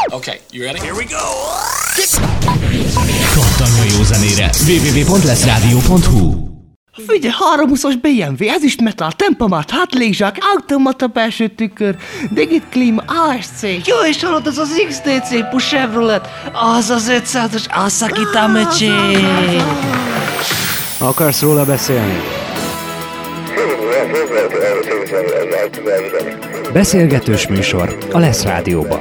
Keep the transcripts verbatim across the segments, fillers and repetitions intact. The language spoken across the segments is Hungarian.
Okay, you ready? Here we go! Kattanjon jó zenére! double-u double-u double-u pont leszradio pont hu Figyelj, háromhúszas bé em vé, ezüst metal, tempomat, hátlégzsák, automata belső tükör, digit klíma, á es cé. Jó, és hallod, az az iksz dé cé plusz Chevrolet, az az ötszázas, Asakita mecsé. Akarsz róla beszélni? Beszélgetős műsor a Lesz Rádióban.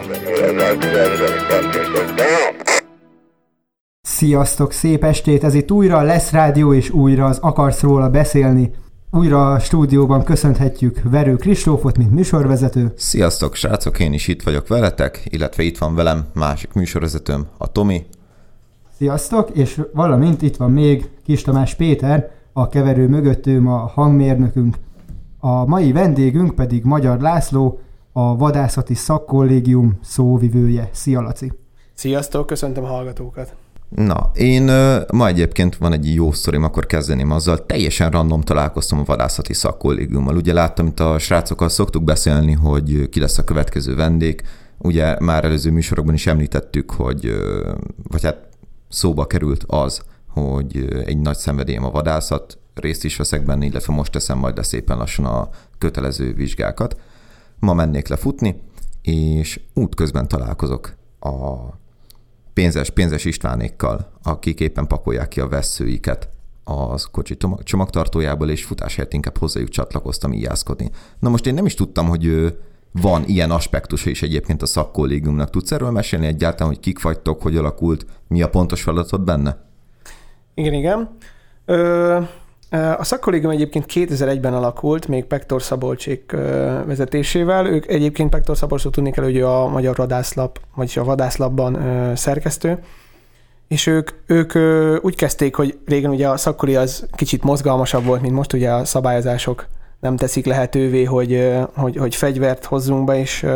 Sziasztok, szép estét! Ez itt újra a Lesz Rádió, és újra az Akarsz róla beszélni. Újra a stúdióban köszönhetjük Verő Kristófot, mint műsorvezető. Sziasztok, srácok, én is itt vagyok veletek, illetve itt van velem másik műsorvezetőm, a Tomi. Sziasztok, és valamint itt van még Kis Tamás Péter, a keverő mögöttőm, a hangmérnökünk. A mai vendégünk pedig Magyar László, a Vadászati Szakkollégium szóvivője. Szia, Laci! Sziasztok, köszöntöm a hallgatókat! Na, én ma egyébként van egy jó sztorim, akkor kezdeném azzal. Teljesen random találkoztam a Vadászati Szakkollégiummal. Ugye láttam, itt a srácokkal szoktuk beszélni, hogy ki lesz a következő vendég. Ugye már előző műsorokban is említettük, hogy vagy hát szóba került az, hogy egy nagy szenvedélyem a vadászat, részt is veszek benne, illetve most teszem majd le szépen lassan a kötelező vizsgákat. Ma mennék lefutni, és útközben találkozok a pénzes, pénzes Istvánékkal, akik éppen pakolják ki a vesszőiket az kocsi csomagtartójából, és futás helyett inkább hozzájuk csatlakoztam ijászkodni. Na most én nem is tudtam, hogy van ilyen aspektusa is egyébként a szakkollégiumnak. Tudsz erről mesélni egyáltalán, hogy kik vagytok, hogy alakult, mi a pontos feladatod benne? Igen, igen. Ö, a szakkollégium egyébként kétezer-egyben alakult, még Pektor Szabolcsék vezetésével. Ők egyébként Pektor Szabolcsot tudni kell, hogy a Magyar Vadászlap, vagyis a Vadászlapban ö, szerkesztő. És ők, ők ö, úgy kezdték, hogy régen ugye a szakkoli az kicsit mozgalmasabb volt, mint most, ugye a szabályozások nem teszik lehetővé, hogy, hogy, hogy fegyvert hozzunk be, és,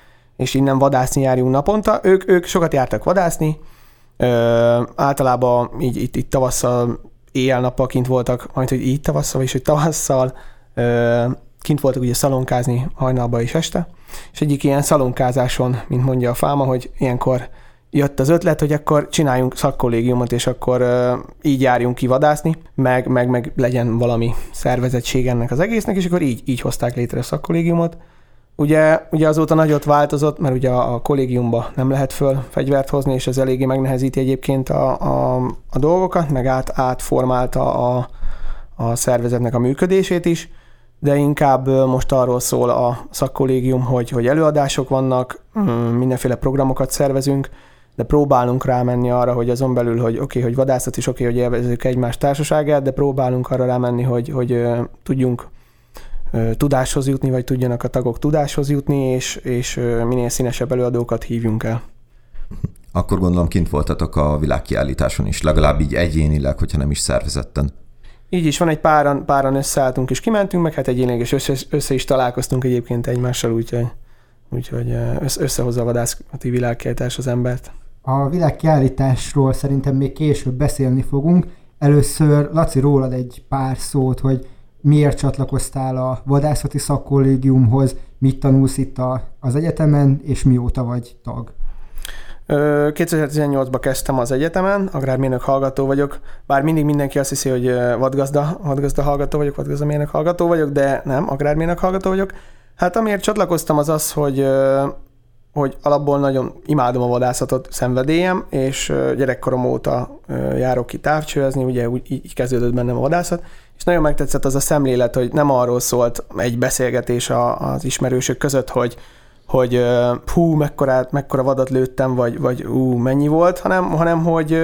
és innen vadászni járjunk naponta. Ők, ők sokat jártak vadászni, Ö, általában így itt, itt tavasszal éjjel-nappal kint voltak, majd hogy így tavasszal, és hogy tavasszal ö, kint voltak ugye szalonkázni hajnalba és este, és egyik ilyen szalonkázáson, mint mondja a fáma, hogy ilyenkor jött az ötlet, hogy akkor csináljunk szakkollégiumot, és akkor ö, így járjunk ki vadászni, meg, meg, meg legyen valami szervezettség ennek az egésznek, és akkor így, így hozták létre a szakkollégiumot. Ugye, ugye azóta nagyot változott, mert ugye a, a kollégiumba nem lehet föl fegyvert hozni, és ez eléggé megnehezíti egyébként a, a, a dolgokat, meg át, átformálta a, a szervezetnek a működését is, de inkább most arról szól a szakkollégium, hogy, hogy előadások vannak, mindenféle programokat szervezünk, de próbálunk rámenni arra, hogy azon belül, hogy oké, okay, hogy vadászat is oké, okay, hogy élvezzük egymás társaságát, de próbálunk arra rámenni, hogy, hogy tudjunk tudáshoz jutni, vagy tudjanak a tagok tudáshoz jutni, és, és minél színesebb előadókat hívjunk el. Akkor gondolom kint voltatok a világkiállításon is, legalább így egyénileg, hogyha nem is szervezetten. Így is van, egy páran, páran összeálltunk és kimentünk, meg hát egyénileg és össze, össze is találkoztunk egyébként egymással, úgyhogy, úgyhogy összehozza a vadászati világkiállítás az embert. A világkiállításról szerintem még később beszélni fogunk. Először, Laci, rólad egy pár szót, hogy miért csatlakoztál a Vadászati Szakkollégiumhoz, mit tanulsz itt a, az egyetemen, és mióta vagy tag? kétezer-tizennyolcban kezdtem az egyetemen, agrármérnök hallgató vagyok, bár mindig mindenki azt hiszi, hogy vadgazda, vadgazda hallgató vagyok, vadgazdamérnök hallgató vagyok, de nem, agrármérnök hallgató vagyok. Hát amiért csatlakoztam az az, hogy, hogy alapból nagyon imádom a vadászatot, szenvedélyem, és gyerekkorom óta járok ki távcsövezni, ugye úgy, így kezdődött bennem a vadászat, és nagyon megtetszett az a szemlélet, hogy nem arról szólt egy beszélgetés az ismerősök között, hogy, hogy hú, mekkora, mekkora vadat lőttem, vagy, vagy hú, mennyi volt, hanem, hanem hogy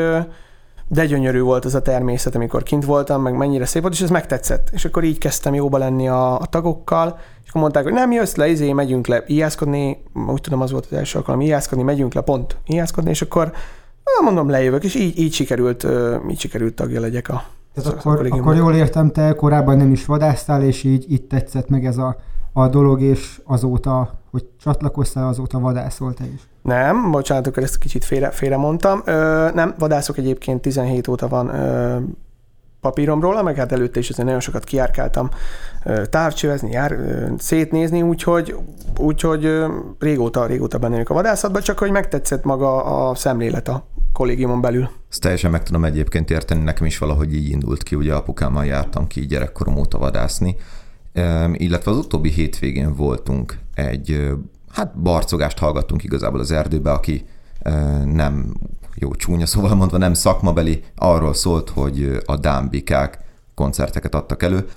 de gyönyörű volt az a természet, amikor kint voltam, meg mennyire szép volt, és ez megtetszett. És akkor így kezdtem jóba lenni a, a tagokkal, és akkor mondták, hogy nem jössz le, izé, megyünk le ijászkodni, úgy tudom, az volt az első alkalom, ijászkodni, megyünk le, pont ijászkodni, és akkor mondom, lejövök, és így, így sikerült, így sikerült tagja legyek a Tehát akkor, akkor jól értem, te korábban nem is vadásztál, és így itt tetszett meg ez a, a dolog, és azóta, hogy csatlakoztál, azóta vadászol te is. Nem, bocsánat, akkor ezt kicsit félre, félre mondtam. Ö, nem, vadászok egyébként tizenhét óta van ö, papírom róla, meg hát előtte is azért nagyon sokat kijárkáltam távcsövezni, jár, szétnézni, úgyhogy, úgyhogy régóta, régóta benne vagyok a vadászatban, csak hogy megtetszett maga a szemlélet a kollégiumon belül. Ezt teljesen meg tudom egyébként érteni, nekem is valahogy így indult ki, ugye apukámmal jártam ki gyerekkorom óta vadászni, um, illetve az utóbbi hétvégén voltunk egy, hát barcogást hallgattunk igazából az erdőbe, aki uh, nem, jó csúnya szóval mondva, nem szakmabeli, arról szólt, hogy a dámbikák koncerteket adtak elő.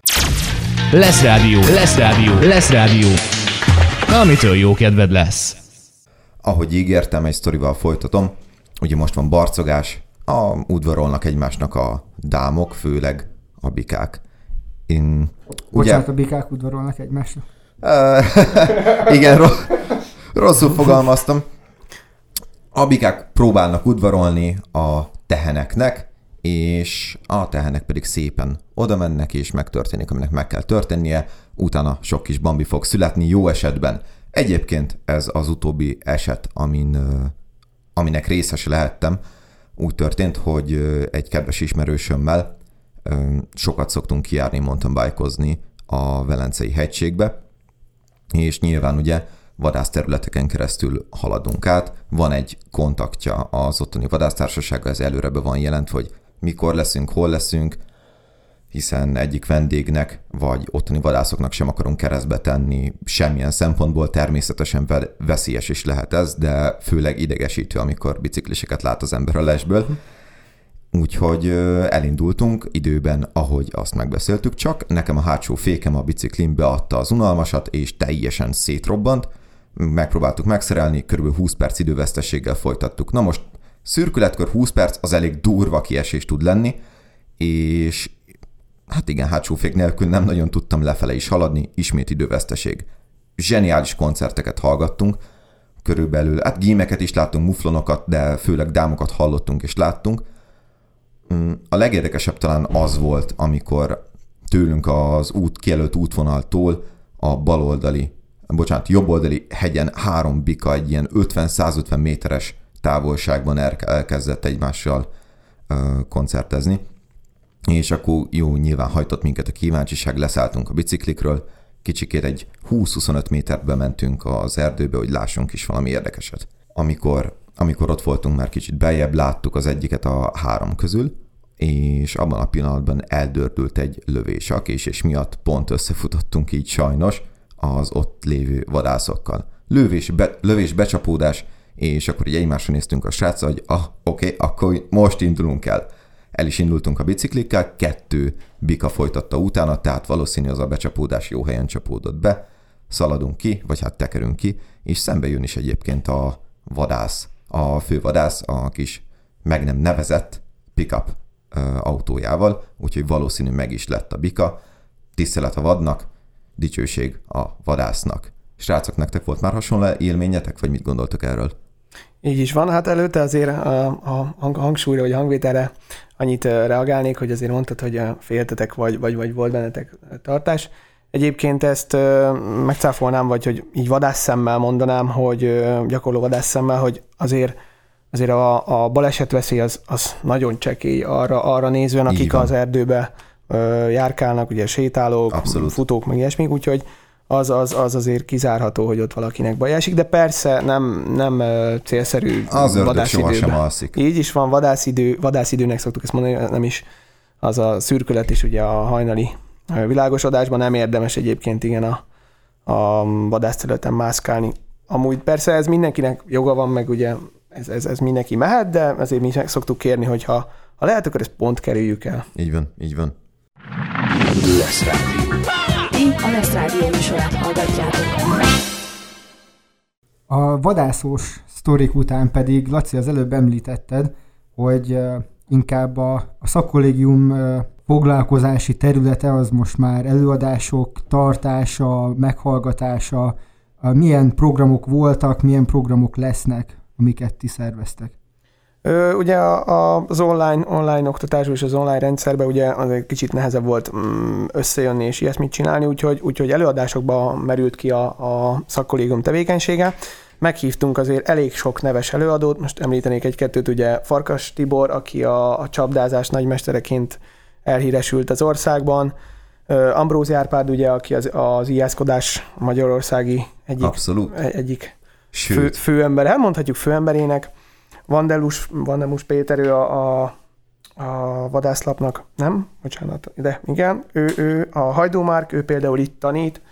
Lesz rádió, lesz rádió, lesz rádió. Amitől jó kedved lesz. Ahogy ígértem, egy sztorival folytatom. Ugye most van barcogás, a, udvarolnak egymásnak a dámok, főleg a bikák. Én, Bocsánat, ugye, a bikák udvarolnak egymásnak? Igen, ro- rosszul fogalmaztam. A bikák próbálnak udvarolni a teheneknek, és a tehenek pedig szépen oda mennek, és megtörténik, aminek meg kell történnie, utána sok kis bambi fog születni, jó esetben. Egyébként ez az utóbbi eset, amin, aminek részes lehettem, úgy történt, hogy egy kedves ismerősömmel sokat szoktunk kijárni mountain bike-ozni a Velencei hegységbe, és nyilván ugye vadászterületeken keresztül haladunk át. Van egy kontaktja az ottani vadásztársasággal, ez előre be van jelentve, hogy mikor leszünk, hol leszünk, hiszen egyik vendégnek, vagy ottani vadászoknak sem akarunk keresztbe tenni semmilyen szempontból, természetesen veszélyes is lehet ez, de főleg idegesítő, amikor bicikliseket lát az ember a lesből. Úgyhogy elindultunk időben, ahogy azt megbeszéltük, csak nekem a hátsó fékem a biciklim beadta az unalmasat, és teljesen szétrobbant. Megpróbáltuk megszerelni, kb. húsz perc időveszteséggel folytattuk. Na most szürkületkor húsz perc az elég durva kiesés tud lenni, és hát igen, hátsó fék nélkül nem nagyon tudtam lefele is haladni, ismét időveszteség. Zseniális koncerteket hallgattunk, körülbelül, hát gímeket is láttunk, muflonokat, de főleg dámokat hallottunk és láttunk. A legérdekesebb talán az volt, amikor tőlünk az út, kijelölt útvonaltól a baloldali, bocsánat, jobboldali hegyen három bika egy ilyen ötven-százötven méteres távolságban elkezdett egymással koncertezni. És akkor jó, nyilván hajtott minket a kíváncsiság, leszálltunk a biciklikről, kicsikét egy húsz-huszonöt métert bementünk az erdőbe, hogy lássunk is valami érdekeset. Amikor, amikor ott voltunk, már kicsit beljebb láttuk az egyiket a három közül, és abban a pillanatban eldördült egy lövés. A késés miatt pont összefutottunk így sajnos az ott lévő vadászokkal. Lövés, be, lövés becsapódás, és akkor így egymásra néztünk a sráccal, hogy ah, oké, okay, akkor most indulunk el. El is indultunk a biciklikkel, kettő bika folytatta utána, tehát valószínű az a becsapódás jó helyen csapódott be, szaladunk ki, vagy hát tekerünk ki, és szembe jön is egyébként a vadász, a fővadász, a kis meg nem nevezett pick-up autójával, úgyhogy valószínű meg is lett a bika. Tisztelet a vadnak, dicsőség a vadásznak. Srácok, nektek volt már hasonló élményetek, vagy mit gondoltok erről? Így is van, hát előtte azért a, a hangsúlyra, vagy a hangvételre annyit reagálnék, hogy azért mondtad, hogy féltetek, vagy, vagy, vagy volt bennetek tartás. Egyébként ezt megcáfolnám, vagy hogy így vadászszemmel mondanám, hogy gyakorló vadászszemmel, hogy azért, azért a, a balesetveszély az, az nagyon csekély arra, arra nézően, akik az erdőbe járkálnak, ugye sétálók, abszolút. Futók, meg ilyesmik, úgyhogy az, az, az azért kizárható, hogy ott valakinek baj esik, de persze nem, nem célszerű az vadászidőben. Így is van, vadászidő, vadászidőnek szoktuk ezt mondani, nem is az a szürkület is ugye a hajnali világosodásban nem érdemes egyébként igen a, a vadászterületen mászkálni. Amúgy persze ez mindenkinek joga van, meg ugye ez, ez, ez mindenki mehet, de azért mi szoktuk kérni, hogy ha, ha lehet, akkor ezt pont kerüljük el. Így van, így van. Lesz rádió. Ti a Lesz rádió műsorát hallgatjátok. A vadászós sztorik után pedig, Laci, az előbb említetted, hogy inkább a, a szakkollégium foglalkozási területe az most már előadások tartása, meghallgatása, milyen programok voltak, milyen programok lesznek, amiket ti szerveztek? Ö, ugye a, az online, online oktatásban és az online rendszerben ugye az egy kicsit nehezebb volt mm, összejönni és ilyesmit csinálni, úgyhogy, úgyhogy előadásokba merült ki a, a szakkollégium tevékenysége. Meghívtunk azért elég sok neves előadót, most említenék egy-kettőt, ugye Farkas Tibor, aki a, a csapdázás nagymestereként elhíresült az országban. Ambrózi Árpád ugye, aki az, az ijászkodás magyarországi egyik, Abszolút. egyik fő, főember, elmondhatjuk főemberének. Vandelus, Vandelus Péter, ő a, a, a vadászlapnak, nem? Bocsánat, de igen, ő, ő a Hajdú Márk, ő például itt tanít,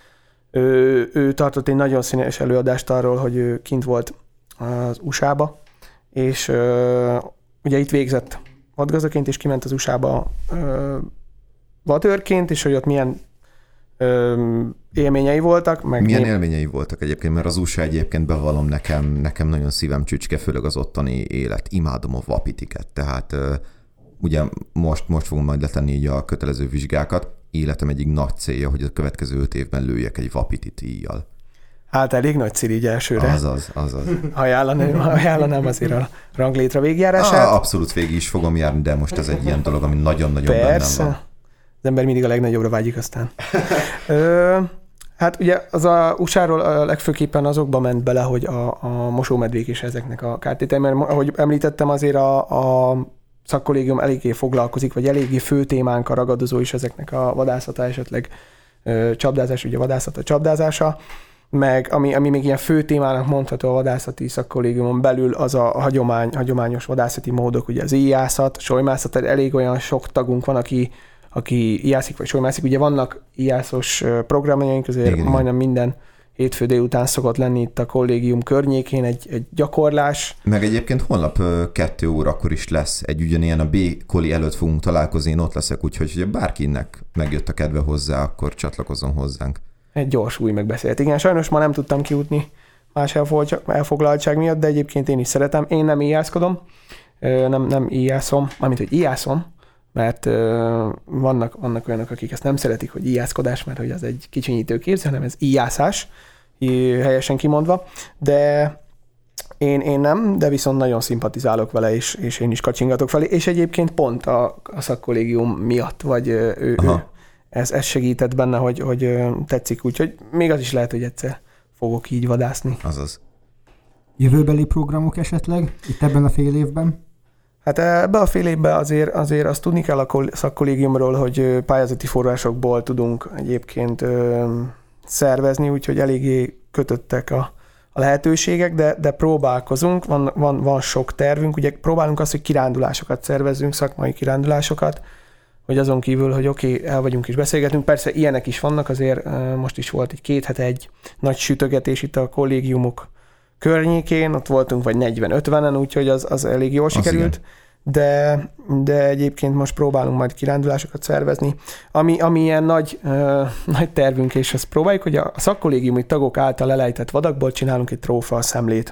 ő, ő tartott egy nagyon színes előadást arról, hogy ő kint volt az u es á-ba, és ö, ugye itt végzett vadgazdaként, és kiment az u es á-ba ö, vadőrként, és hogy ott milyen ö, élményei voltak. Meg milyen nép... élményei voltak egyébként, mert az u es á egyébként bevallom nekem, nekem nagyon szívem csücske, főleg az ottani élet. Imádom a vapitiket, tehát ö, ugye most, most fogom majd letenni így a kötelező vizsgákat. Életem egyik nagy célja, hogy a következő öt évben lőjek egy vapitit íjjal. Hát elég nagy cél így elsőre. Azaz, azaz. Ajánlanám, ajánlanám azért a ranglétra végigjárását. Ah, abszolút végig is fogom járni, de most ez egy ilyen dolog, ami nagyon-nagyon bennem van. Az ember mindig a legnagyobbra vágyik aztán. Ö, hát ugye az a u es á-ról a legfőképpen azokba ment bele, hogy a, a mosómedvék és ezeknek a kártétel, mert ahogy említettem, azért a, a szakkollégium eléggé foglalkozik, vagy eléggé fő témánk a ragadozó is ezeknek a vadászata, esetleg ö, csapdázás, ugye vadászata, csapdázása, meg ami, ami még ilyen fő témának mondható a vadászati szakkollégiumon belül, az a hagyomány, hagyományos vadászati módok, ugye az íjászat, solymászat, elég olyan sok tagunk van, aki, aki íjászik vagy solymászik. Ugye vannak íjászos programjaink, azért igen, majdnem minden hétfő délután szokott lenni itt a kollégium környékén egy, egy gyakorlás. Meg egyébként holnap kettő órakor is lesz egy ugyanilyen, a B-koli előtt fogunk találkozni, én ott leszek, úgyhogy ha bárkinek megjött a kedve hozzá, akkor csatlakozzon hozzánk. Egy gyors új megbeszélt. Igen, sajnos ma nem tudtam kijutni más elfoglaltság miatt, de egyébként én is szeretem. Én nem íjászkodom, nem, nem íjászom, mármint, hogy íjászom, mert vannak, vannak olyanok, akik ezt nem szeretik, hogy íjászkodás, mert hogy az egy kicsinyítő képző, hanem ez íjászás, helyesen kimondva, de én, én nem, de viszont nagyon szimpatizálok vele, és, és én is kacsingatok felé, és egyébként pont a, a szakkollégium miatt, vagy ő, ő ez, ez segített benne, hogy, hogy tetszik, úgyhogy még az is lehet, hogy egyszer fogok így vadászni. Azaz. Jövőbeli programok esetleg itt ebben a fél évben? Hát ebbe a fél évben azért, azért azt tudni kell a szakkollégiumról, hogy pályázati forrásokból tudunk egyébként ö, szervezni, úgyhogy eléggé kötöttek a, a lehetőségek, de, de próbálkozunk, van, van, van sok tervünk, ugye próbálunk azt, hogy kirándulásokat szervezzünk, szakmai kirándulásokat, hogy azon kívül, hogy oké, okay, el vagyunk és beszélgetünk, persze ilyenek is vannak, azért most is volt egy két hete egy nagy sütögetés itt a kollégiumok környékén, ott voltunk vagy negyven-ötvenen, úgyhogy az, az elég jól sikerült, de, de egyébként most próbálunk majd kirándulásokat szervezni. Ami, ami ilyen nagy, uh, nagy tervünk, és ezt próbáljuk, hogy a szakkollégiumi tagok által elejtett vadakból csinálunk egy trófea szemlét.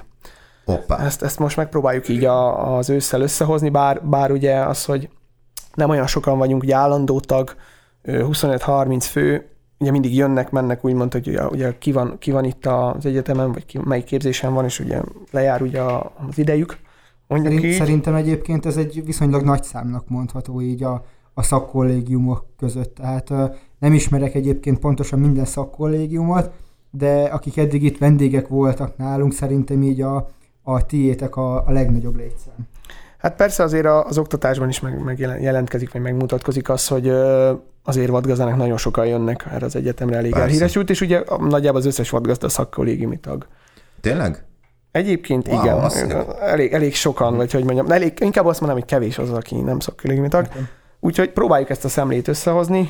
Ezt, ezt most megpróbáljuk így a, az ősszel összehozni, bár, bár ugye az, hogy nem olyan sokan vagyunk, ugye állandó tag, huszonöt-harminc fő, ugye mindig jönnek, mennek, úgymond, hogy ugye, ugye ki, van, ki van itt az egyetemen, vagy ki, melyik képzésen van, és ugye lejár ugye az idejük. Szerint, szerintem egyébként ez egy viszonylag nagy számnak mondható így a, a szakkollégiumok között. Tehát nem ismerek egyébként pontosan minden szakkollégiumot, de akik eddig itt vendégek voltak nálunk, szerintem így a, a tiétek a, a legnagyobb létszám. Hát persze azért az oktatásban is meg, meg jelentkezik, vagy megmutatkozik az, hogy azért vadgazdának nagyon sokan jönnek erre az egyetemre, elég elhíresült, és ugye nagyjából az összes vadgazda szakkollégiumi tag. Tényleg? Egyébként wow, igen, elég, elég sokan, vagy hogy mondjam, elég, inkább azt mondom, hogy kevés az, aki nem szakkollégiumi tag. Okay. Úgyhogy próbáljuk ezt a szemlét összehozni,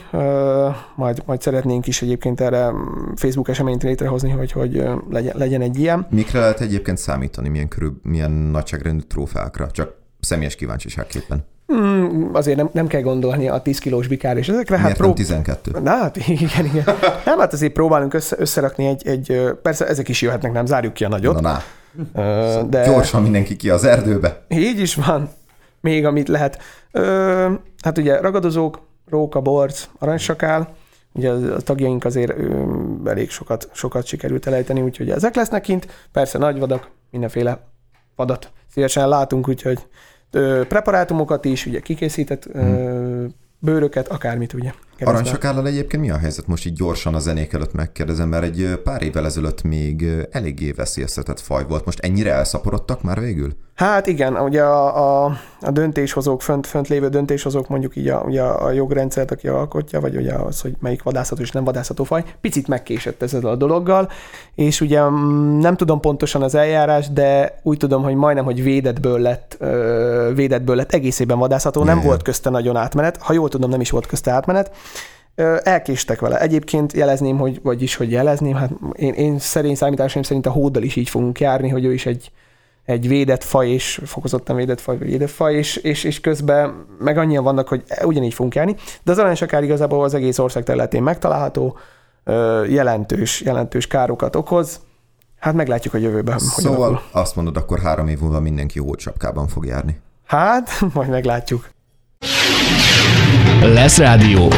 majd, majd szeretnénk is egyébként erre Facebook eseményt létrehozni, hogy, hogy legyen, legyen egy ilyen. Mikre lehet egyébként számítani, milyen, körül, milyen nagyságrendű trófeákra? Csak személyes kíváncsiságképpen. Hmm, azért nem, nem kell gondolni a tíz kilós bikár és ezekre. Miért hát prób- nem tizenkettő? Na, hát igen, igen. Nem, hát azért próbálunk össze, összerakni egy, egy, persze ezek is jöhetnek, nem zárjuk ki a nagyot. Na, na. De... Gyorsan mindenki ki az erdőbe. Így is van. Még amit lehet. Ö, hát ugye ragadozók, róka, borc, aranysakál, ugye a tagjaink azért ö, elég sokat, sokat sikerült elejteni, úgyhogy ezek lesznek kint. Persze nagy vadak, mindenféle vadat szívesen látunk, úgyhogy ö, preparátumokat is, ugye kikészített ö, bőröket, akármit ugye. Aranysakállal egyébként mi a helyzet? Most így gyorsan a zenék előtt megkérdezem, mert egy pár évvel ezelőtt még eléggé veszélyeztetett faj volt. Most ennyire elszaporodtak már végül? Hát igen, ugye a, a, a döntéshozók, fönt, fönt lévő döntéshozók, mondjuk így a, ugye a jogrendszert, aki alkotja, vagy ugye az, hogy melyik vadászható és nem vadászható faj, picit megkésett ezzel a dologgal, és ugye nem tudom pontosan az eljárás, de úgy tudom, hogy majdnem, hogy védetből lett, ö, védetből lett egészében vadászható, nem volt közte nagyon átmenet, ha jól tudom, nem is volt közte átmenet, elkéstek vele. Egyébként jelezném, hogy, vagyis, hogy jelezném, hát én, én szerény számításaim szerint a hóddal is így fogunk járni, hogy ő is egy, egy védett faj, és fokozottan védett faj, vagy védett faj, és, és, és közben meg annyian vannak, hogy ugyanígy fogunk járni. De az aranysakár igazából az egész ország területén megtalálható, jelentős, jelentős károkat okoz. Hát meglátjuk a jövőben. Szóval hogy azt mondod, akkor három év múlva mindenki jó sapkában fog járni. Hát, majd meglátjuk. Lesz rádió.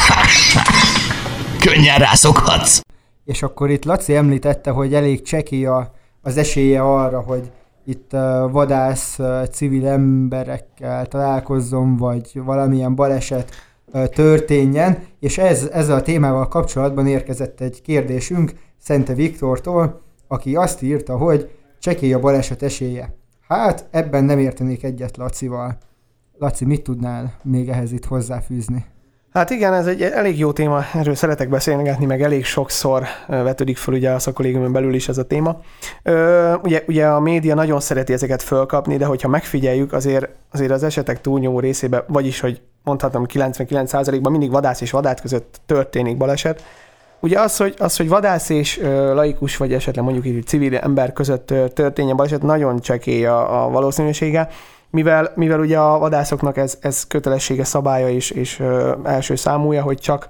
Könnyen rászokhatsz. És akkor itt Laci említette, hogy elég csekély az esélye arra, hogy itt vadász civil emberekkel találkozzon, vagy valamilyen baleset történjen, és ez, ezzel a témával kapcsolatban érkezett egy kérdésünk Szente Viktortól, aki azt írta, hogy csekély a baleset esélye. Hát ebben nem értenék egyet Lacival. Laci, mit tudnál még ehhez itt hozzáfűzni? Hát igen, ez egy elég jó téma, erről szeretek beszélgetni, meg elég sokszor vetődik föl ugye a szakkollégiumon belül is ez a téma. Ö, ugye, ugye a média nagyon szereti ezeket fölkapni, de hogyha megfigyeljük, azért, azért az esetek túlnyomó részében, vagyis, hogy mondhatom, kilencvenkilenc százalékban mindig vadász és vadász között történik baleset. Ugye az, hogy, az, hogy vadász és ö, laikus, vagy esetleg mondjuk így civil ember között történjen baleset, nagyon csekély a, a valószínűsége, mivel, mivel ugye a vadászoknak ez, ez kötelessége, szabálya és, és ö, első számúja, hogy csak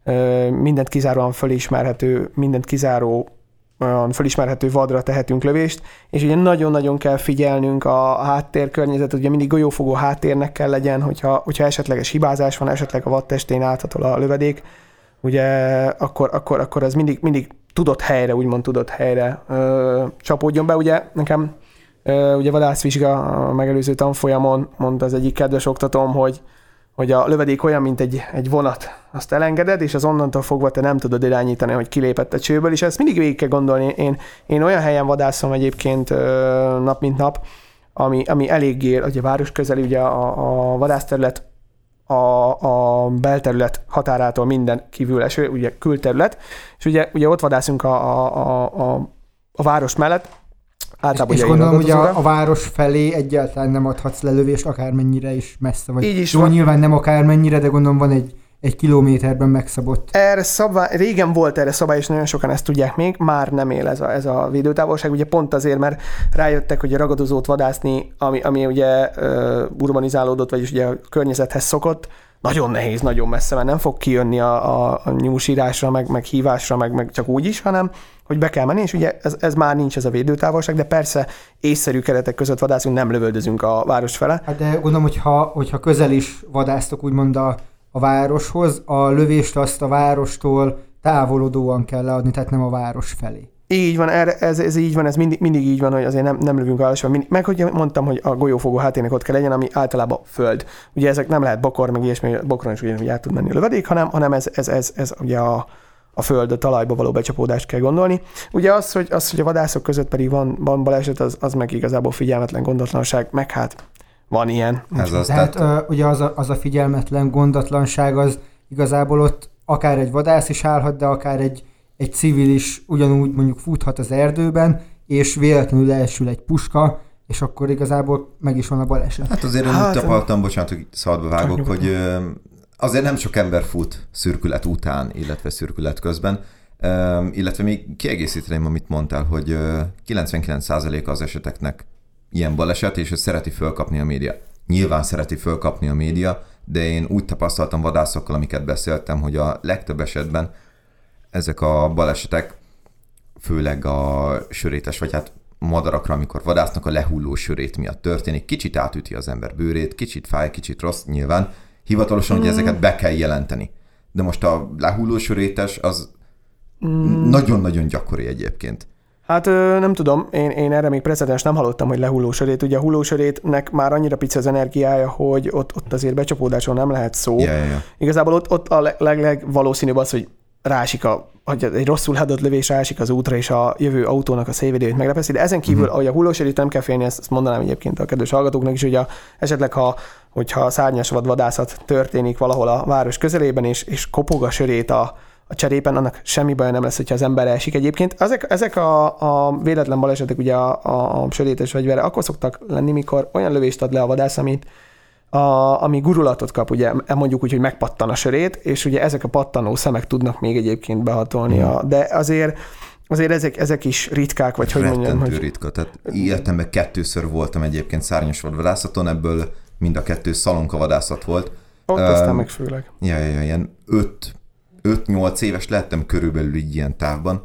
ö, mindent kizáróan fölismerhető, mindent kizáróan fölismerhető vadra tehetünk lövést, és ugye nagyon-nagyon kell figyelnünk a háttérkörnyezet, ugye mindig golyófogó háttérnek kell legyen, hogyha, hogyha esetleges hibázás van, esetleg a vadtestén áthatol a lövedék, ugye akkor, akkor, akkor ez mindig, mindig tudott helyre, úgymond tudott helyre ö, csapódjon be. Ugye nekem ö, ugye vadászvizsga a megelőző tanfolyamon mondta az egyik kedves oktatóm, hogy, hogy a lövedék olyan, mint egy, egy vonat. Azt elengeded, és az onnantól fogva te nem tudod irányítani, hogy kilépett a csőből, és ezt mindig végig kell gondolni. Én, én olyan helyen vadászom egyébként ö, nap mint nap, ami, ami eléggé, ugye város közeli, ugye a, a vadászterület A, a belterület határától minden kívül eső, ugye külterület, és ugye, ugye ott vadászunk a, a, a, a város mellett. Általában és, és gondolom, hogy a, a város felé egyáltalán nem adhatsz lelövést, akármennyire is messze vagy. Így is Jó, van. Nyilván nem akármennyire, de gondolom van egy, egy kilométerben megszabott. Erre szabály, régen volt erre szabály, és nagyon sokan ezt tudják még, már nem él ez a, ez a védőtávolság, ugye pont azért, mert rájöttek, hogy a ragadozót vadászni, ami, ami ugye uh, urbanizálódott, vagyis ugye a környezethez szokott, nagyon nehéz, nagyon messze, mert nem fog kijönni a, a, a nyúlsírásra, meg, meg hívásra, meg, meg csak úgy is, hanem hogy be kell menni, és ugye ez, ez már nincs ez a védőtávolság, de persze észszerű keretek között vadászunk, nem lövöldözünk a város fele. Hát de gondolom, hogyha, hogyha közel is vadásztok úgymond a, a városhoz, a lövést azt a várostól távolodóan kell leadni, tehát nem a város felé. Így van, ez, ez így van, ez mindig, mindig így van, hogy azért nem, nem lövünk városra. Meg hogy mondtam, hogy a golyófogó háttérnek ott kell legyen, ami általában föld. Ugye ezek nem lehet bokor, meg ilyesmi, bokron is ugyanúgy át tud menni a lövedék, hanem, hanem ez, ez, ez, ez ugye a, a föld, a talajba való becsapódást kell gondolni. Ugye az, hogy, az, hogy a vadászok között pedig van, van baleset, az, az meg igazából figyelmetlen gondatlanság, meg hát van ilyen. Ez az, tehát, tehát uh, ugye az a, az a figyelmetlen gondatlanság az igazából ott akár egy vadász is állhat, de akár egy egy civil is ugyanúgy mondjuk futhat az erdőben, és véletlenül leesül egy puska, és akkor igazából meg is van a baleset. Hát azért én hát, úgy tapaltam, bocsánat, hogy szabadba vágok, hogy azért nem sok ember fut szürkület után, illetve szürkület közben, illetve még kiegészíteném, amit mondtál, hogy kilencvenkilenc százaléka az eseteknek ilyen baleset, és ezt szereti fölkapni a média. Nyilván szereti fölkapni a média, de én úgy tapasztaltam vadászokkal, amiket beszéltem, hogy a legtöbb esetben ezek a balesetek, főleg a sörétes, vagy hát madarakra, amikor vadásznak, a lehulló sörét miatt történik. Kicsit átüti az ember bőrét, kicsit fáj, kicsit rossz, nyilván. Hivatalosan, mm. hogy ezeket be kell jelenteni. De most a lehulló sörétes az mm. nagyon-nagyon gyakori egyébként. Hát nem tudom, én, én erre még precedens nem hallottam, hogy lehulló sörét. Ugye a hulló sörétnek már annyira pici az energiája, hogy ott, ott azért becsapódásról nem lehet szó. Ja, ja, ja. Igazából ott, ott a leg, legvalószínűbb az, hogy rásik a, hogy egy rosszul headott lövés rásik az útra, és a jövő autónak a szélvédőjét megrepeszi, de ezen kívül, mm-hmm. ahogy a hullósörét nem kell félni, ezt, ezt mondanám egyébként a kedves hallgatóknak is, hogy a, esetleg, ha, hogyha szárnyas vad vadászat történik valahol a város közelében, és, és kopog a sörét a, a cserépen, annak semmi baj nem lesz, hogyha az ember esik egyébként. Ezek, ezek a, a véletlen balesetek, ugye a, a, a sörétes fegyverre, akkor szoktak lenni, mikor olyan lövést ad le a vadász, amit A, ami gurulatot kap, ugye mondjuk úgy, hogy megpattan a sörét, és ugye ezek a pattanó szemek tudnak még egyébként behatolni, a, de azért, azért ezek, ezek is ritkák, vagy hogy mondjam. Rettentő hogy... ritka, tehát életemben kettőször voltam egyébként szárnyas vadvadászaton, ebből mind a kettő szalonkavadászat volt. Ott um, aztán meg főleg. Ja, ja, ja, ilyen öt-nyolc éves lettem körülbelül így ilyen távban,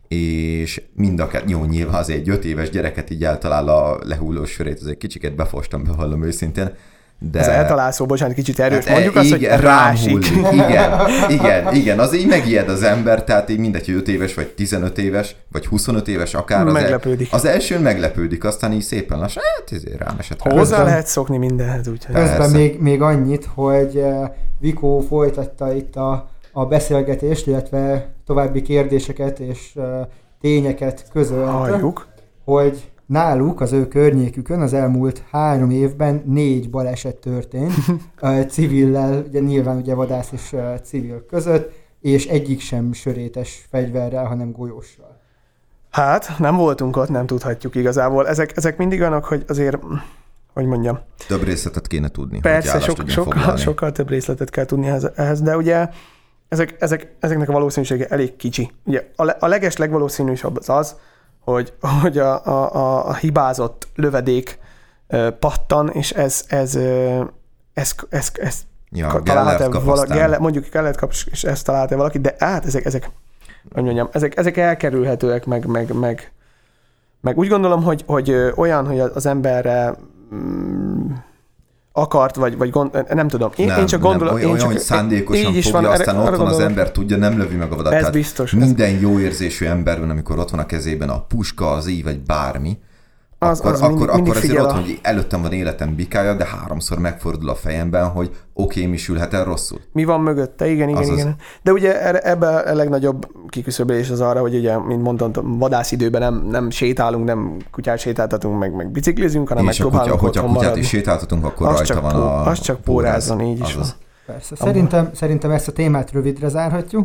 és mind a kettő, jó, nyilván azért egy öt éves gyereket így eltalál a lehulló sörét, azért kicsiket befostam, bevallom őszintén. De... Az eltalálszó, bocsánat, kicsit erős. Hát, mondjuk azt, hogy rásik. Igen, igen, igen, az így megijed az ember, tehát így mindegy, hogy öt éves, vagy tizenöt éves, vagy huszonöt éves akár. Az meglepődik. El, az elsőn meglepődik, aztán így szépen lassan, hát ezért rám esett. Hozzá közben, lehet szokni mindenhez, úgyhogy. Közben még, még annyit, hogy Vikó folytatta itt a, a beszélgetést, illetve további kérdéseket és tényeket közölt, Halljuk. hogy náluk, az ő környékükön az elmúlt három évben négy baleset történt, civillel, ugye nyilván ugye vadász és civil között, és egyik sem sörétes fegyverrel, hanem golyóssal. Hát, nem voltunk ott, nem tudhatjuk igazából. Ezek, ezek mindig olyanok, hogy azért, hogy mondjam. Több részletet kéne tudni. Persze, sok, sokkal, sokkal több részletet kell tudni ehhez, de ugye ezek, ezek, ezeknek a valószínűsége elég kicsi. Ugye a, a leges legvalószínűsebb az az, hogy, hogy a, a, a hibázott lövedék uh, pattan, és ez, ez, uh, ez, ez, ez ja, találta valaki, gelle, mondjuk kellett kap, és ezt találta valaki, de hát ezek, ezek, hogy mondjam, ezek, ezek elkerülhetőek, meg, meg, meg, meg úgy gondolom, hogy, hogy olyan, hogy az emberre mm, akart, vagy, vagy gond, nem tudom. Én, nem, én csak gondolom. Nem, olyan, én csak, hogy szándékosan fogja, van, aztán erre, ott van gondolom, az ember, tudja, nem lövi meg a vadat. Ez biztos. Minden ez... jó érzésű emberben, amikor ott van a kezében a puska, az íj, vagy bármi, az, akkor, az akkor, mindig, mindig akkor azért ott a... van, hogy előttem van életem bikája, de háromszor megfordul a fejemben, hogy oké, okay, mi sülhet el rosszul. Mi van mögötte, igen, igen, Azaz. igen. De ugye ebben a legnagyobb kiküszöbölés az arra, hogy ugye, mint mondtam, vadászidőben nem, nem sétálunk, nem kutyát sétáltatunk, meg, meg biciklizünk, hanem és megpróbálunk kutya, hogyha otthon kutyát maradni. is sétáltatunk, akkor az rajta csak van pó, a Az csak pórázzon, így is van. Persze. Szerintem, szerintem ezt a témát rövidre zárhatjuk.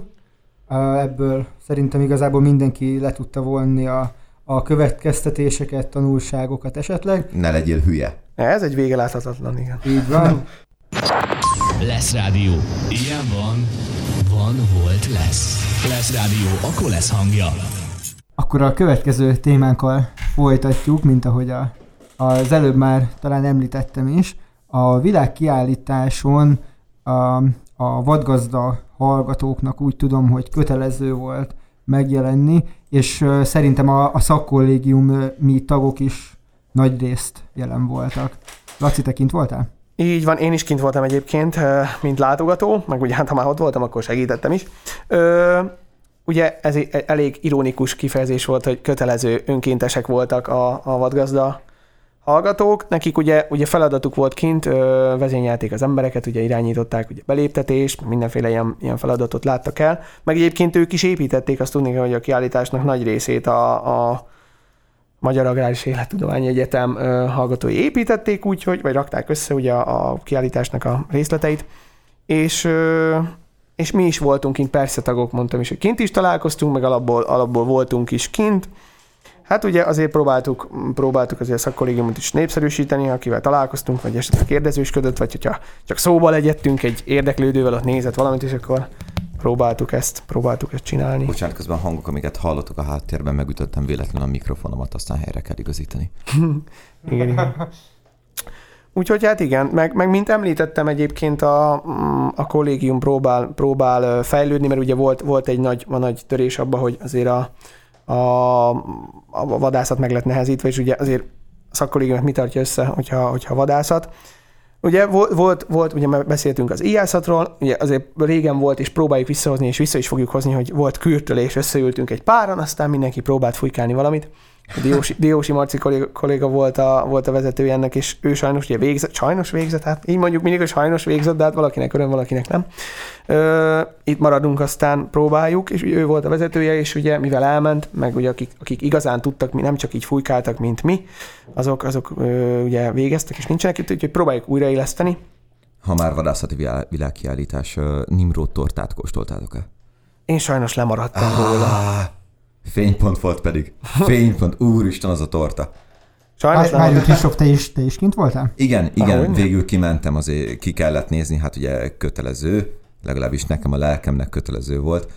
Ebből szerintem igazából mindenki le tudta vonni a, a következtetéseket, tanulságokat esetleg. Ne legyél hülye. Ez egy vége láthatatlan, igen. Így van. Lesz rádió. Ilyen van, van, volt, lesz. Lesz rádió, akkor lesz hangja. Akkor a következő témánkkal folytatjuk, mint ahogy a, az előbb már talán említettem is. A világkiállításon a, a vadgazda hallgatóknak úgy tudom, hogy kötelező volt megjelenni, és uh, szerintem a, a szakkollégiumi tagok is nagy részt jelen voltak. Laci, te kint voltál? Így van, én is kint voltam egyébként, mint látogató, meg ugye hát ha már ott voltam, akkor segítettem is. Ö, ugye ez egy elég ironikus kifejezés volt, hogy kötelező önkéntesek voltak a, a vadgazda hallgatók. Nekik ugye, ugye feladatuk volt kint, ö, vezényelték az embereket, ugye irányították ugye beléptetést, mindenféle ilyen, ilyen feladatot láttak el. Meg egyébként ők is építették, azt tudni, hogy a kiállításnak nagy részét a, a Magyar Agrár és Élettudományi Egyetem ö, hallgatói építették úgy, hogy, vagy rakták össze ugye a, a kiállításnak a részleteit, és, ö, és mi is voltunk kint, persze tagok, mondtam is, hogy kint is találkoztunk, meg alapból, alapból voltunk is kint. Hát ugye azért próbáltuk, próbáltuk azért a szakkollégiumot is népszerűsíteni, akivel találkoztunk, vagy esetleg kérdezősködött, vagy hogyha csak szóba legyettünk egy érdeklődővel, ott nézett valamit, és akkor próbáltuk ezt, próbáltuk ezt csinálni. Bocsánat, közben a hangok, amiket hallottok a háttérben, megütöttem véletlenül a mikrofonomat, aztán helyre kell igazítani. Igen, igen. Úgyhogy hát igen, meg, meg mint említettem egyébként a, a kollégium próbál, próbál fejlődni, mert ugye volt, volt egy nagy, a nagy törés abban, hogy azért a, a, a vadászat meg lett nehezítve, és ugye azért a szakkollégiumot mi tartja össze, hogyha, hogyha vadászat. ugye volt, volt, volt, ugye beszéltünk az íjászatról, ugye azért régen volt, és próbáljuk visszahozni, és vissza is fogjuk hozni, hogy volt kürtölés, összeültünk egy páran, aztán mindenki próbált fújkálni valamit. Diósi, Diósi Marci kolléga, kolléga volt, a, volt a vezetője ennek, és ő sajnos ugye végzett, sajnos végzett, hát így mondjuk mindig, hogy sajnos végzett, de hát valakinek öröm, valakinek nem. Ö, itt maradunk, aztán próbáljuk, és ő volt a vezetője, és ugye mivel elment, meg ugye akik, akik igazán tudtak, mi nem csak így fújkáltak, mint mi, azok, azok ö, ugye végeztek, és nincsenek itt, úgyhogy próbáljuk újraéleszteni. Ha már vadászati világkiállítás, Nimród tortát kóstoltátok-e? Én sajnos lemaradtam ah. róla. Fénypont volt pedig. Fénypont. Úristen, az a torta. Sajnos Várjunk, Kristóf, te is, te is kint voltál? Igen, igen, Ahogy végül nem? kimentem, azért ki kellett nézni, hát ugye kötelező, legalábbis nekem a lelkemnek kötelező volt.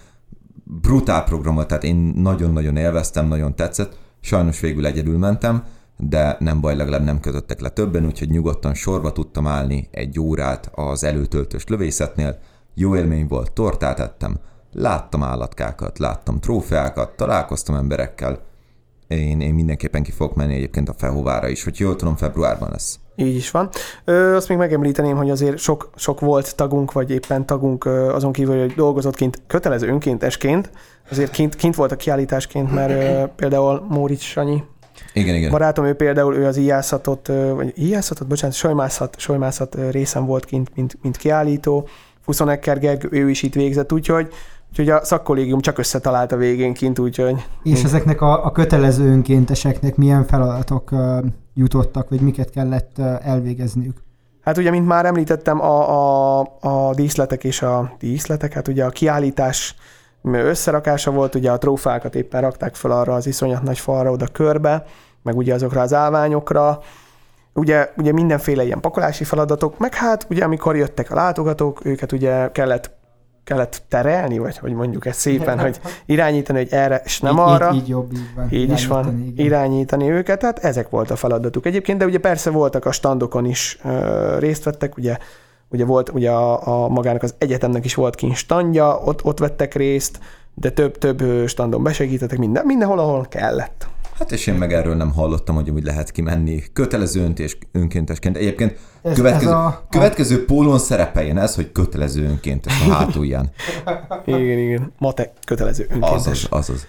Brutál program volt, tehát én nagyon-nagyon élveztem, nagyon tetszett. Sajnos végül egyedül mentem, de nem baj, legalább nem kötöttek le többen, úgyhogy nyugodtan sorba tudtam állni egy órát az előtöltős lövészetnél. Jó élmény volt, tortát ettem. Láttam állatkákat, láttam trófeákat, találkoztam emberekkel. Én, én mindenképpen ki fogok menni egyébként a Fehovára is, hogy jól tudom, februárban lesz. Így is van. Ö, azt még megemlíteném, hogy azért sok, sok volt tagunk, vagy éppen tagunk azon kívül, hogy dolgozott kint kötelező önkéntesként. Azért kint, kint volt a kiállításként, mert ö, például Móricz Sanyi, igen, igen. barátom, ő például ő az íjászatot, vagy íjászatot, bocsánat, solymászat, solymászat részen volt kint, mint, mint kiállító. Fuszonekker Gergő, ő is itt végzett, úgyhogy Úgyhogy a szakkollégium csak összetalált a végén kint, úgyhogy... És ezeknek a, a kötelező önkénteseknek milyen feladatok uh, jutottak, vagy miket kellett uh, elvégezniük? Hát ugye, mint már említettem, a, a, a díszletek és a díszletek, hát ugye a kiállítás összerakása volt, ugye a trófákat éppen rakták fel arra az iszonyat nagy falra oda körbe, meg ugye azokra az állványokra, ugye, ugye mindenféle ilyen pakolási feladatok, meg hát ugye amikor jöttek a látogatók, őket ugye kellett kellett terelni, vagy hogy mondjuk ezt szépen, hogy irányítani, hogy erre, és nem így, arra. Így, így jobb, így van. Így is van, igen. Irányítani őket, tehát ezek volt a feladatuk egyébként, de ugye persze voltak a standokon is uh, részt vettek, ugye, ugye volt ugye a, a magának az egyetemnek is volt kint standja, ott, ott vettek részt, de több-több standon besegítettek, minden, mindenhol, ahol kellett. Hát és én meg erről nem hallottam, hogy úgy lehet kimenni kötelező öntés, önkéntesként. Egyébként ez, következő, ez a... következő pólón szerepeljen ez, hogy kötelező önkéntes a hátulján. Igen, igen. Mate kötelező önkéntes. Azaz, azaz.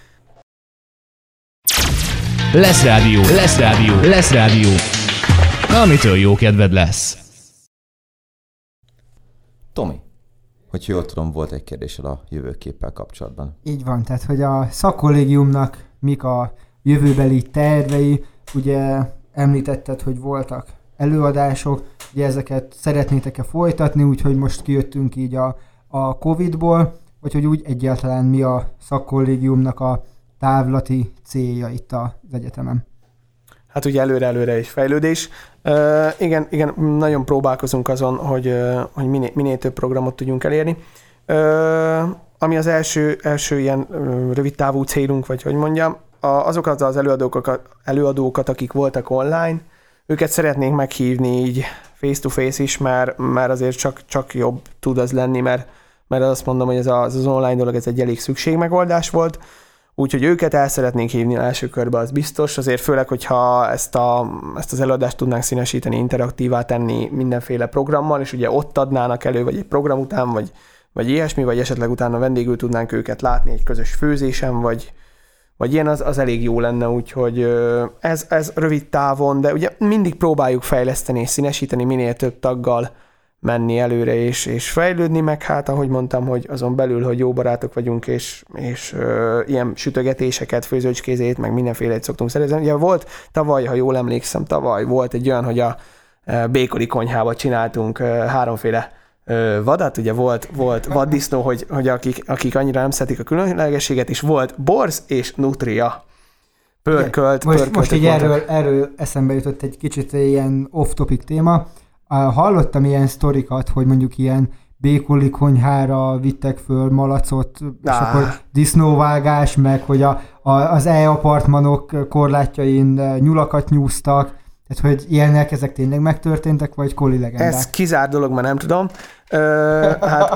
Lesz rádió, lesz rádió, lesz rádió. Amitől jó kedved lesz. Tomi, hogy jól tudom, volt egy kérdésed a jövőképpel kapcsolatban. Így van, tehát hogy a szakkollégiumnak mik a jövőbeli tervei, ugye említetted, hogy voltak előadások, ugye ezeket szeretnétek-e folytatni, úgyhogy most kijöttünk így a, a Covidból, vagy hogy úgy egyáltalán mi a szakkollégiumnak a távlati célja itt az egyetemen? Hát ugye előre-előre is fejlődés. Uh, igen, igen, nagyon próbálkozunk azon, hogy, uh, hogy minél, minél több programot tudjunk elérni. Uh, ami az első, első ilyen uh, rövidtávú célunk, vagy hogy mondjam, azokat az előadókat, előadókat, akik voltak online, őket szeretnénk meghívni így face-to-face is, mert, mert azért csak, csak jobb tud az lenni, mert, mert azt mondom, hogy ez az, az online dolog ez egy elég szükségmegoldás volt, úgyhogy őket el szeretnénk hívni az első körbe, az biztos, azért főleg, hogyha ezt, a, ezt az előadást tudnánk színesíteni, interaktívá tenni mindenféle programmal, és ugye ott adnának elő, vagy egy program után, vagy, vagy ilyesmi, vagy esetleg utána vendégül tudnánk őket látni egy közös főzésen, vagy vagy ilyen, az, az elég jó lenne, úgyhogy ez, ez rövid távon, de ugye mindig próbáljuk fejleszteni és színesíteni, minél több taggal menni előre és, és fejlődni, meg hát ahogy mondtam, hogy azon belül, hogy jó barátok vagyunk, és, és ö, ilyen sütögetéseket, főzőcskézét, meg mindenfélét szoktunk szerezni. Ugye volt tavaly, ha jól emlékszem, tavaly volt egy olyan, hogy a Békoli konyhába csináltunk háromféle vadat, ugye volt, volt vaddisznó, hogy, hogy akik, akik annyira nem szeretik a különlegességet, és volt borz és nutria. Pörkölt, most, pörkölt. Most így erről, erről eszembe jutott egy kicsit ilyen off-topic téma. Hallottam ilyen sztorikat, hogy mondjuk ilyen békoli konyhára vittek föl malacot, és ah. akkor disznóvágás, meg hogy a, a, az e-apartmanok korlátjain nyulakat nyúztak. Tehát, hogy ilyenek ezek tényleg megtörténtek, vagy koli legendák? Ez kizárt dolog, már nem tudom. Ö, hát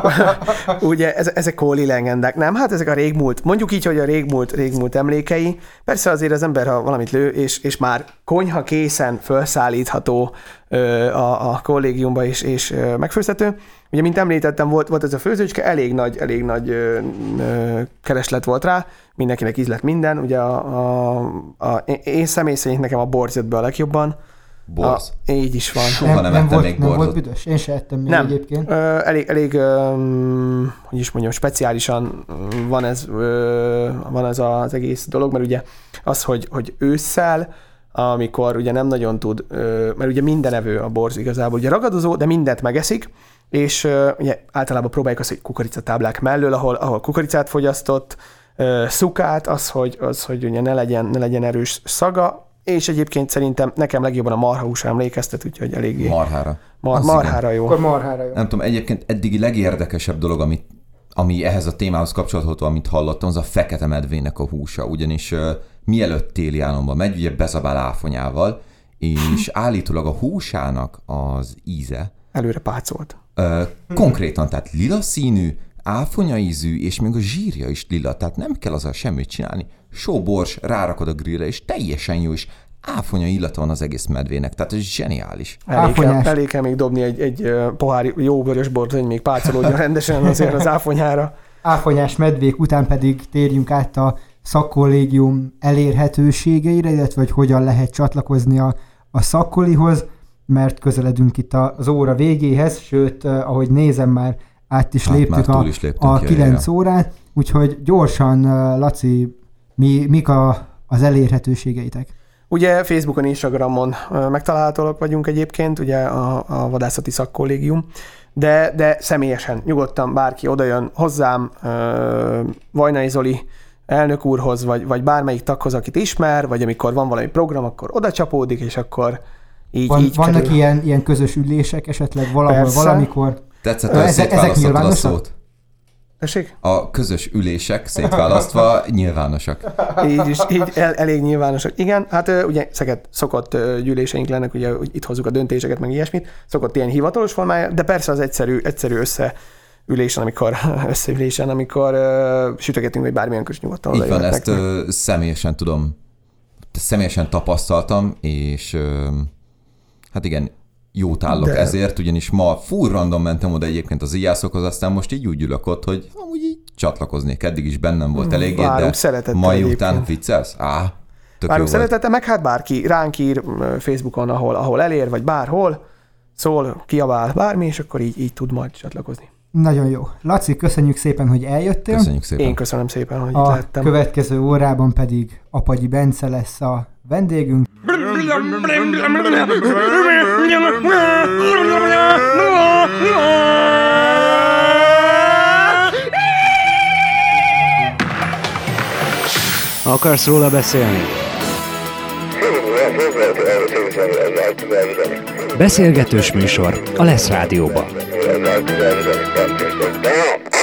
ugye ez, ezek kóli legendák. Nem, hát ezek a régmúlt, mondjuk így, hogy a régmúlt, régmúlt emlékei. Persze azért az ember, ha valamit lő, és, és már konyha készen felszállítható ö, a, a kollégiumba és, és ö, megfőzhető. Ugye, mint említettem, volt, volt ez a főzőcske, elég nagy, elég nagy ö, ö, kereslet volt rá, mindenkinek ízlett minden. Ugye a, a, a, én személy szerint nekem a borz jött be a legjobban. Borz. A, így is van. Soha nem, nem, ettem volt, még nem borzot. volt büdös, én se ettem még Nem. egyébként. Ö, elég, elég ö, hogy is mondjam, speciálisan van ez, ö, van ez az egész dolog, mert ugye az, hogy, hogy ősszel, amikor ugye nem nagyon tud, ö, mert ugye minden evő a borz igazából, ugye ragadozó, de mindent megeszik, és ö, ugye általában próbáljuk azt, hogy kukoricatáblák mellől, ahol, ahol kukoricát fogyasztott, ö, szukát, az, hogy, az, hogy ugye ne legyen, ne legyen erős szaga, és egyébként szerintem nekem legjobban a marhahúsra emlékeztet, úgyhogy eléggé. Marhára. Mar- Az marhára jó. Akkor marhára jó. Nem tudom, egyébként eddigi legérdekesebb dolog, amit, ami ehhez a témához kapcsolható, amit hallottam, az a fekete medvének a húsa. Ugyanis uh, mielőtt téli álomba megy, ugye bezabál áfonyával, és állítólag a húsának az íze Előre pácolt. uh, konkrétan, tehát lila színű, áfonya ízű, és még a zsírja is lila, tehát nem kell azzal semmit csinálni. Sóbors, rárakod a grillre, és teljesen jó, és áfonya illata van az egész medvének, tehát ez zseniális. Elég kell, Áfonyás. elég kell még dobni egy, egy ö, pohár jó vörös bort, hogy még pácolódjon rendesen azért az áfonyára. Áfonyás medvék után pedig térjünk át a szakkollégium elérhetőségeire, illetve hogy hogyan lehet csatlakozni a, a szakkolihoz, mert közeledünk itt az óra végéhez, sőt, eh, ahogy nézem, már át is Hát, léptük már a, túl is léptünk, a ja, kilenc ja. órát, úgyhogy gyorsan, eh, Laci, mi, mik a, az elérhetőségeitek? Ugye Facebookon, Instagramon ö, megtalálhatóak vagyunk egyébként, ugye a, a vadászati szakkollégium, de, de személyesen, nyugodtan bárki odajön hozzám, ö, Vajnai Zoli elnök úrhoz, vagy, vagy bármelyik taghoz, akit ismer, vagy amikor van valami program, akkor oda csapódik, és akkor így, Van, így vannak kerül. ilyen, ilyen közös ülések esetleg valahol, Persze. valamikor? Tetszett, Ö, hogy ezek- ezek szétválasztottad a nyilvánosak? szót. Tessék? A közös ülések szétválasztva nyilvánosak. Így is, így el, elég nyilvánosak. Igen, hát ö, ugye Szeged szokott ö, gyűléseink lennek, ugye hogy itt hozzuk a döntéseket, meg ilyesmit, szokott ilyen hivatalos formája, de persze az egyszerű, egyszerű összeülésen, amikor, összeülésen, amikor ö, sütögetünk, vagy bármilyen közös nyugodtan Így van, odajöhetnek. ezt ö, személyesen tudom, személyesen tapasztaltam, és ö, hát igen, jót állok De- ezért, ugyanis ma full random mentem oda egyébként az ijászokhoz, aztán most így úgy ülök ott, hogy amúgy így csatlakoznék. Eddig is bennem volt eléggé, Várunk de szeretettel mai egyébként. után viccelsz? Á, tök jó Várunk volt. szeretettel, meg hát bárki ránk ír ö, Facebookon, ahol, ahol elér, vagy bárhol, szól, kiabál bármi, és akkor így, így tud majd csatlakozni. Nagyon jó. Laci, köszönjük szépen, hogy eljöttél. Köszönjük szépen. Én köszönöm szépen, hogy itt A lehettem. következő órában pedig Apagyi Bence lesz a vendégünk. Akarsz róla beszélni? Beszélgetős műsor a Lesz Rádióban.